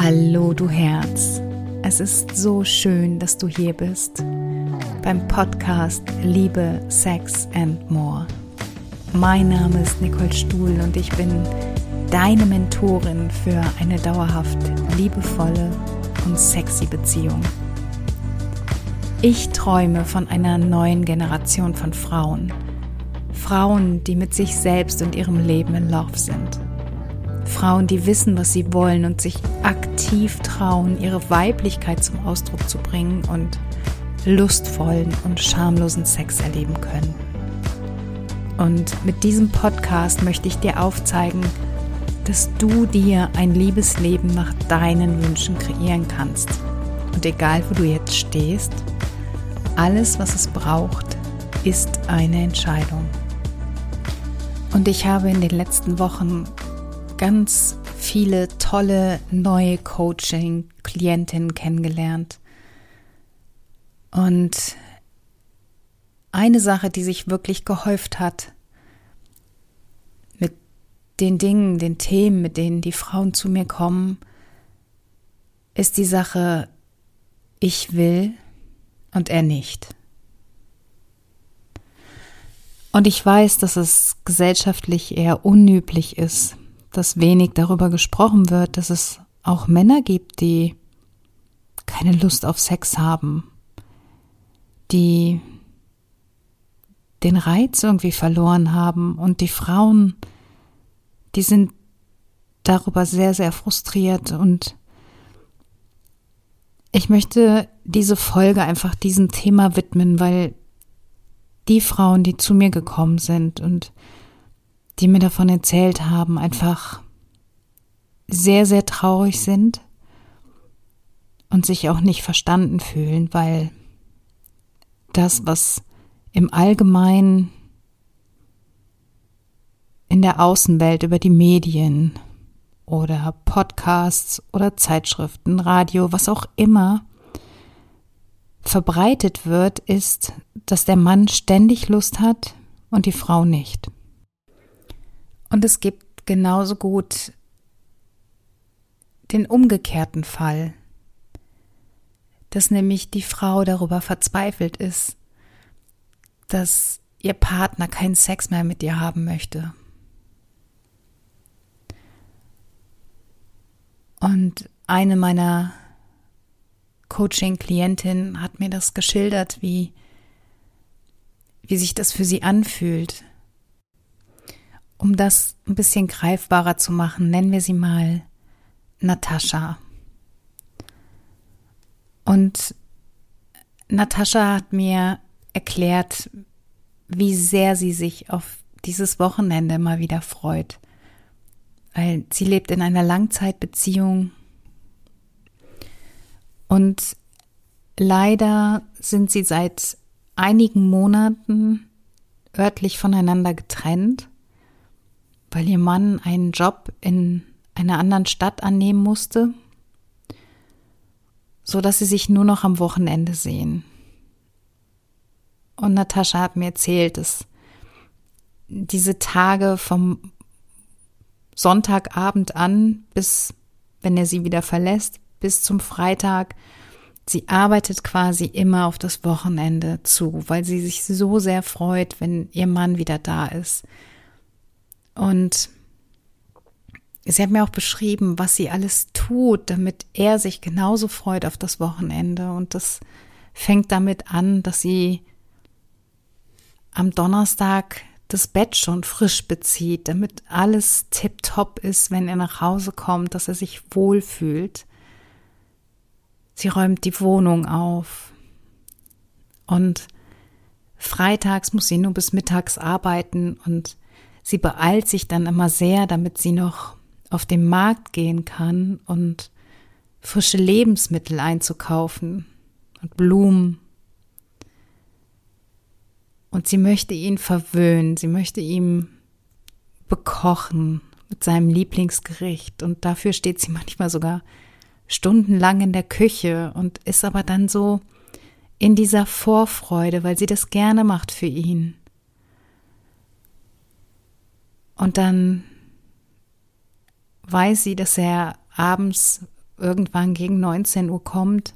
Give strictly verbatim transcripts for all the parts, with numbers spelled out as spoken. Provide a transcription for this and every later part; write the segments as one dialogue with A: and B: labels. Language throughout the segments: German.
A: Hallo du Herz, es ist so schön, dass du hier bist beim Podcast Liebe, Sex and More. Mein Name ist Nicole Stuhl und ich bin deine Mentorin für eine dauerhaft liebevolle und sexy Beziehung. Ich träume von einer neuen Generation von Frauen. Frauen, die mit sich selbst und ihrem Leben in Love sind. Frauen, die wissen, was sie wollen und sich aktiv trauen, ihre Weiblichkeit zum Ausdruck zu bringen und lustvollen und schamlosen Sex erleben können. Und mit diesem Podcast möchte ich dir aufzeigen, dass du dir ein Liebesleben nach deinen Wünschen kreieren kannst. Und egal, wo du jetzt stehst, alles, was es braucht, ist eine Entscheidung. Und ich habe in den letzten Wochen ganz viele tolle neue Coaching-Klientinnen kennengelernt. Und eine Sache, die sich wirklich gehäuft hat, mit den Dingen, den Themen, mit denen die Frauen zu mir kommen, ist die Sache, ich will und er nicht. Und ich weiß, dass es gesellschaftlich eher unüblich ist, dass wenig darüber gesprochen wird, dass es auch Männer gibt, die keine Lust auf Sex haben, die den Reiz irgendwie verloren haben, und die Frauen, die sind darüber sehr, sehr frustriert. Und ich möchte diese Folge einfach diesem Thema widmen, weil die Frauen, die zu mir gekommen sind und die mir davon erzählt haben, einfach sehr, sehr traurig sind und sich auch nicht verstanden fühlen, weil das, was im Allgemeinen in der Außenwelt über die Medien oder Podcasts oder Zeitschriften, Radio, was auch immer verbreitet wird, ist, dass der Mann ständig Lust hat und die Frau nicht. Und es gibt genauso gut den umgekehrten Fall, dass nämlich die Frau darüber verzweifelt ist, dass ihr Partner keinen Sex mehr mit ihr haben möchte. Und eine meiner Coaching-Klientinnen hat mir das geschildert, wie, wie sich das für sie anfühlt. Um das ein bisschen greifbarer zu machen, nennen wir sie mal Natascha. Und Natascha hat mir erklärt, wie sehr sie sich auf dieses Wochenende mal wieder freut. Weil sie lebt in einer Langzeitbeziehung und leider sind sie seit einigen Monaten örtlich voneinander getrennt, weil ihr Mann einen Job in einer anderen Stadt annehmen musste, so dass sie sich nur noch am Wochenende sehen. Und Natascha hat mir erzählt, dass diese Tage vom Sonntagabend an bis, wenn er sie wieder verlässt, bis zum Freitag, sie arbeitet quasi immer auf das Wochenende zu, weil sie sich so sehr freut, wenn ihr Mann wieder da ist. Und sie hat mir auch beschrieben, was sie alles tut, damit er sich genauso freut auf das Wochenende. Und das fängt damit an, dass sie am Donnerstag das Bett schon frisch bezieht, damit alles tipptopp ist, wenn er nach Hause kommt, dass er sich wohlfühlt. Sie räumt die Wohnung auf. Und freitags muss sie nur bis mittags arbeiten und sie beeilt sich dann immer sehr, damit sie noch auf den Markt gehen kann und frische Lebensmittel einzukaufen und Blumen. Und sie möchte ihn verwöhnen, sie möchte ihn bekochen mit seinem Lieblingsgericht. Und dafür steht sie manchmal sogar stundenlang in der Küche und ist aber dann so in dieser Vorfreude, weil sie das gerne macht für ihn. Und dann weiß sie, dass er abends irgendwann gegen neunzehn Uhr kommt.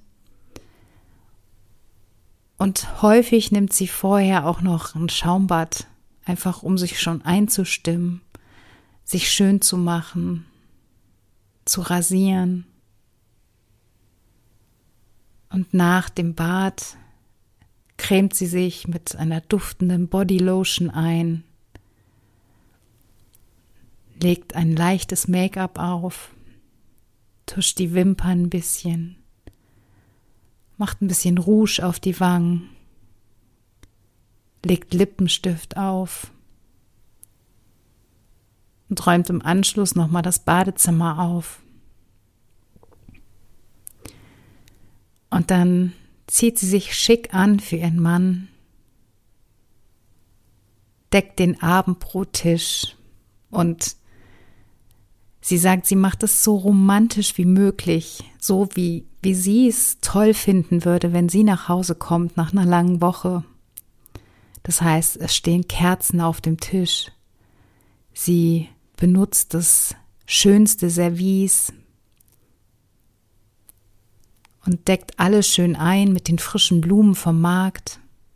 A: Und häufig nimmt sie vorher auch noch ein Schaumbad, einfach um sich schon einzustimmen, sich schön zu machen, zu rasieren. Und nach dem Bad cremt sie sich mit einer duftenden Bodylotion ein, legt ein leichtes Make-up auf, tuscht die Wimpern ein bisschen, macht ein bisschen Rouge auf die Wangen, legt Lippenstift auf und räumt im Anschluss nochmal das Badezimmer auf. Und dann zieht sie sich schick an für ihren Mann, deckt den Abendbrottisch und sie sagt, sie macht es so romantisch wie möglich, so wie, wie sie es toll finden würde, wenn sie nach Hause kommt nach einer langen Woche. Das heißt, es stehen Kerzen auf dem Tisch. Sie benutzt das schönste Service und deckt alles schön ein mit den frischen Blumen vom Markt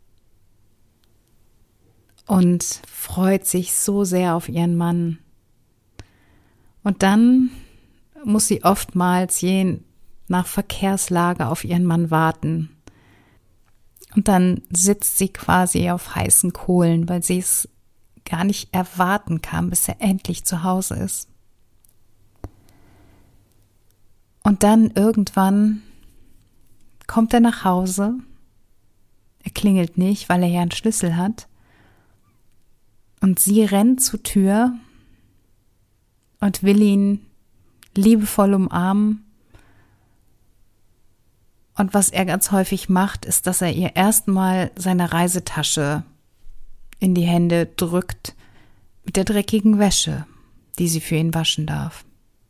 A: und freut sich so sehr auf ihren Mann. Und dann muss sie oftmals je nach Verkehrslage auf ihren Mann warten. Und dann sitzt sie quasi auf heißen Kohlen, weil sie es gar nicht erwarten kann, bis er endlich zu Hause ist. Und dann irgendwann kommt er nach Hause. Er klingelt nicht, weil er ja einen Schlüssel hat. Und sie rennt zur Tür und will ihn liebevoll umarmen. Und was er ganz häufig macht, ist, dass er ihr erstmal seine Reisetasche in die Hände drückt mit der dreckigen Wäsche, die sie für ihn waschen darf.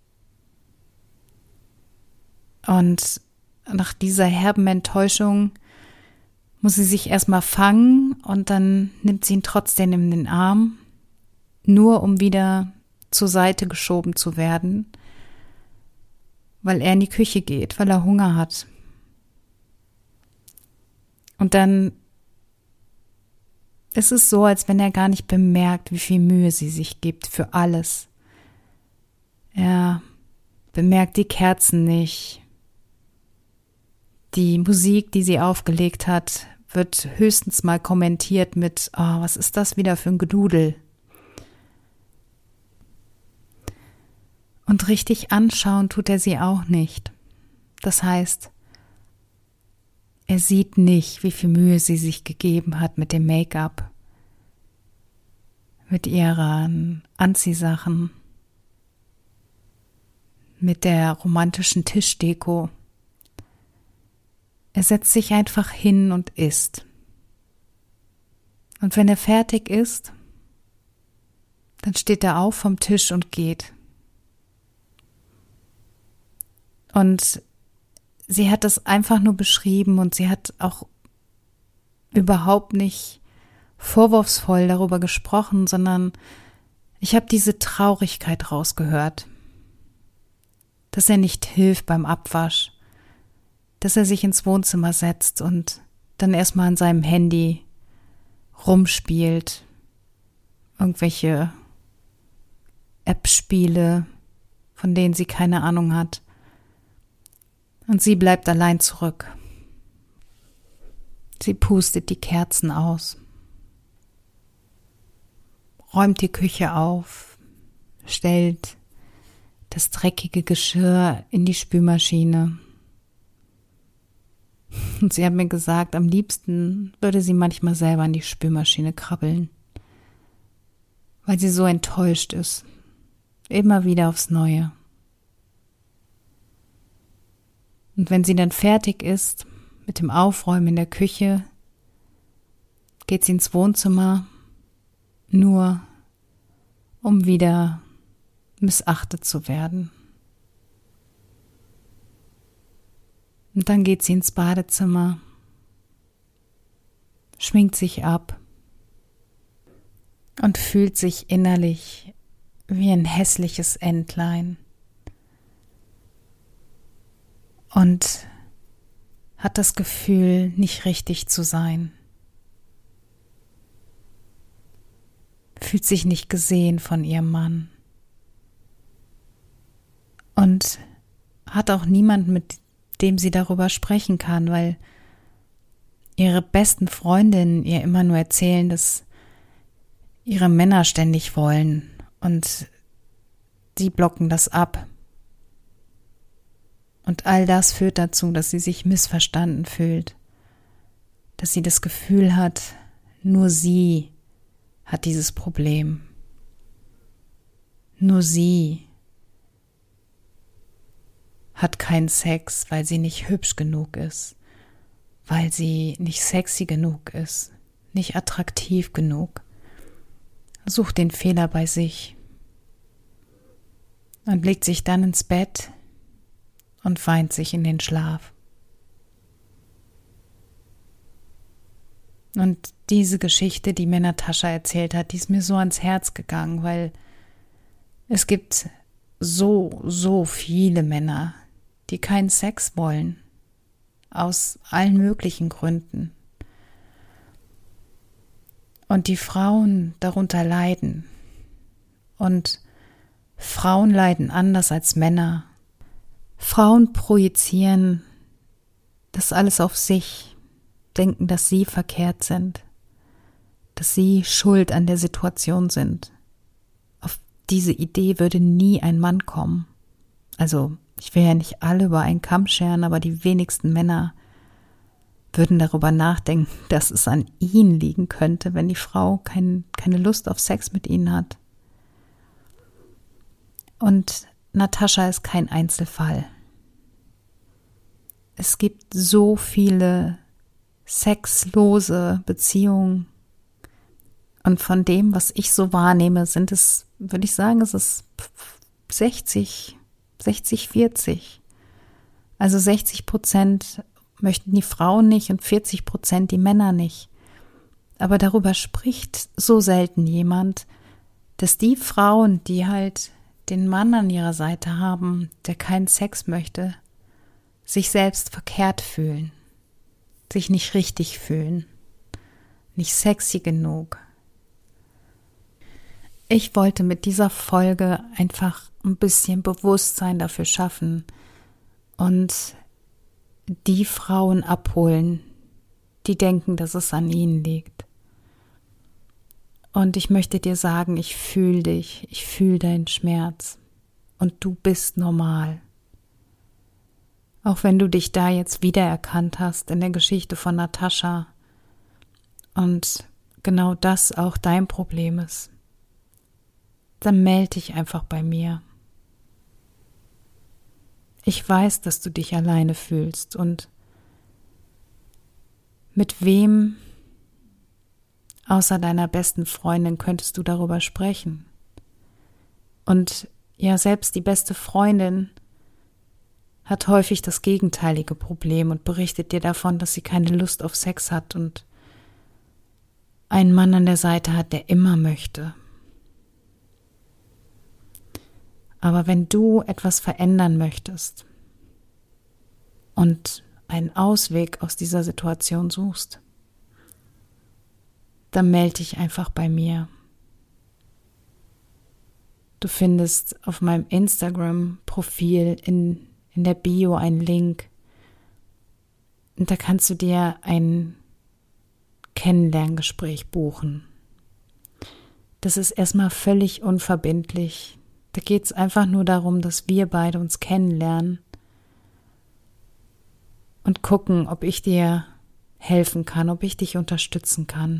A: Und nach dieser herben Enttäuschung muss sie sich erstmal fangen und dann nimmt sie ihn trotzdem in den Arm, nur um wieder zur Seite geschoben zu werden, weil er in die Küche geht, weil er Hunger hat. Und dann ist es so, als wenn er gar nicht bemerkt, wie viel Mühe sie sich gibt für alles. Er bemerkt die Kerzen nicht. Die Musik, die sie aufgelegt hat, wird höchstens mal kommentiert mit, oh, was ist das wieder für ein Gedudel? Und richtig anschauen tut er sie auch nicht. Das heißt, er sieht nicht, wie viel Mühe sie sich gegeben hat mit dem Make-up, mit ihren Anziehsachen, mit der romantischen Tischdeko. Er setzt sich einfach hin und isst. Und wenn er fertig ist, dann steht er auf vom Tisch und geht. Und sie hat das einfach nur beschrieben und sie hat auch überhaupt nicht vorwurfsvoll darüber gesprochen, sondern ich habe diese Traurigkeit rausgehört, dass er nicht hilft beim Abwasch, dass er sich ins Wohnzimmer setzt und dann erstmal an seinem Handy rumspielt, irgendwelche App-Spiele, von denen sie keine Ahnung hat. Und sie bleibt allein zurück. Sie pustet die Kerzen aus, räumt die Küche auf, stellt das dreckige Geschirr in die Spülmaschine. Und sie hat mir gesagt, am liebsten würde sie manchmal selber in die Spülmaschine krabbeln, weil sie so enttäuscht ist. Immer wieder aufs Neue. Und wenn sie dann fertig ist mit dem Aufräumen in der Küche, geht sie ins Wohnzimmer, nur um wieder missachtet zu werden. Und dann geht sie ins Badezimmer, schminkt sich ab und fühlt sich innerlich wie ein hässliches Entlein. und hat das Gefühl, nicht richtig zu sein. Fühlt sich nicht gesehen von ihrem Mann. Und hat auch niemanden, mit dem sie darüber sprechen kann, weil ihre besten Freundinnen ihr immer nur erzählen, dass ihre Männer ständig wollen und sie blocken das ab. Und all das führt dazu, dass sie sich missverstanden fühlt, dass sie das Gefühl hat, nur sie hat dieses Problem. Nur sie hat keinen Sex, weil sie nicht hübsch genug ist, weil sie nicht sexy genug ist, nicht attraktiv genug. Sucht den Fehler bei sich und legt sich dann ins Bett und weint sich in den Schlaf. Und diese Geschichte, die mir Natascha erzählt hat, die ist mir so ans Herz gegangen, weil es gibt so, so viele Männer, die keinen Sex wollen, aus allen möglichen Gründen. Und die Frauen darunter leiden. Und Frauen leiden anders als Männer. Frauen projizieren das alles auf sich, denken, dass sie verkehrt sind, dass sie schuld an der Situation sind. Auf diese Idee würde nie ein Mann kommen. Also, ich will ja nicht alle über einen Kamm scheren, aber die wenigsten Männer würden darüber nachdenken, dass es an ihnen liegen könnte, wenn die Frau kein, keine Lust auf Sex mit ihnen hat. Und Natascha ist kein Einzelfall. Es gibt so viele sexlose Beziehungen. Und von dem, was ich so wahrnehme, sind es, würde ich sagen, es ist sechzig, sechzig, vierzig. Also sechzig Prozent möchten die Frauen nicht und vierzig Prozent die Männer nicht. Aber darüber spricht so selten jemand, dass die Frauen, die halt den Mann an ihrer Seite haben, der keinen Sex möchte, sich selbst verkehrt fühlen, sich nicht richtig fühlen, nicht sexy genug. Ich wollte mit dieser Folge einfach ein bisschen Bewusstsein dafür schaffen und die Frauen abholen, die denken, dass es an ihnen liegt. Und ich möchte dir sagen, ich fühle dich, ich fühle deinen Schmerz und du bist normal. Auch wenn du dich da jetzt wiedererkannt hast in der Geschichte von Natascha und genau das auch dein Problem ist, dann melde dich einfach bei mir. Ich weiß, dass du dich alleine fühlst und mit wem außer deiner besten Freundin könntest du darüber sprechen? Und ja, selbst die beste Freundin hat häufig das gegenteilige Problem und berichtet dir davon, dass sie keine Lust auf Sex hat und einen Mann an der Seite hat, der immer möchte. Aber wenn du etwas verändern möchtest und einen Ausweg aus dieser Situation suchst, dann melde dich einfach bei mir. Du findest auf meinem Instagram-Profil in, in der Bio einen Link und da kannst du dir ein Kennenlerngespräch buchen. Das ist erstmal völlig unverbindlich. Da geht es einfach nur darum, dass wir beide uns kennenlernen und gucken, ob ich dir helfen kann, ob ich dich unterstützen kann.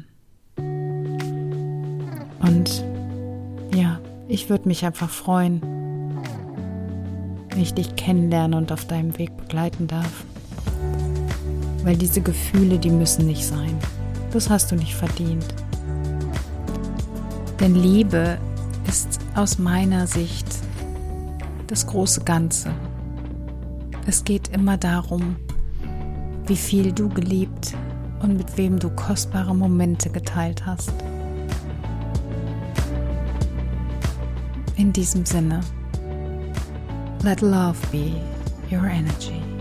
A: Und ja, ich würde mich einfach freuen, wenn ich dich kennenlerne und auf deinem Weg begleiten darf. Weil diese Gefühle, die müssen nicht sein. Das hast du nicht verdient. Denn Liebe ist aus meiner Sicht das große Ganze. Es geht immer darum, wie viel du geliebt und mit wem du kostbare Momente geteilt hast. In diesem Sinne, let love be your energy.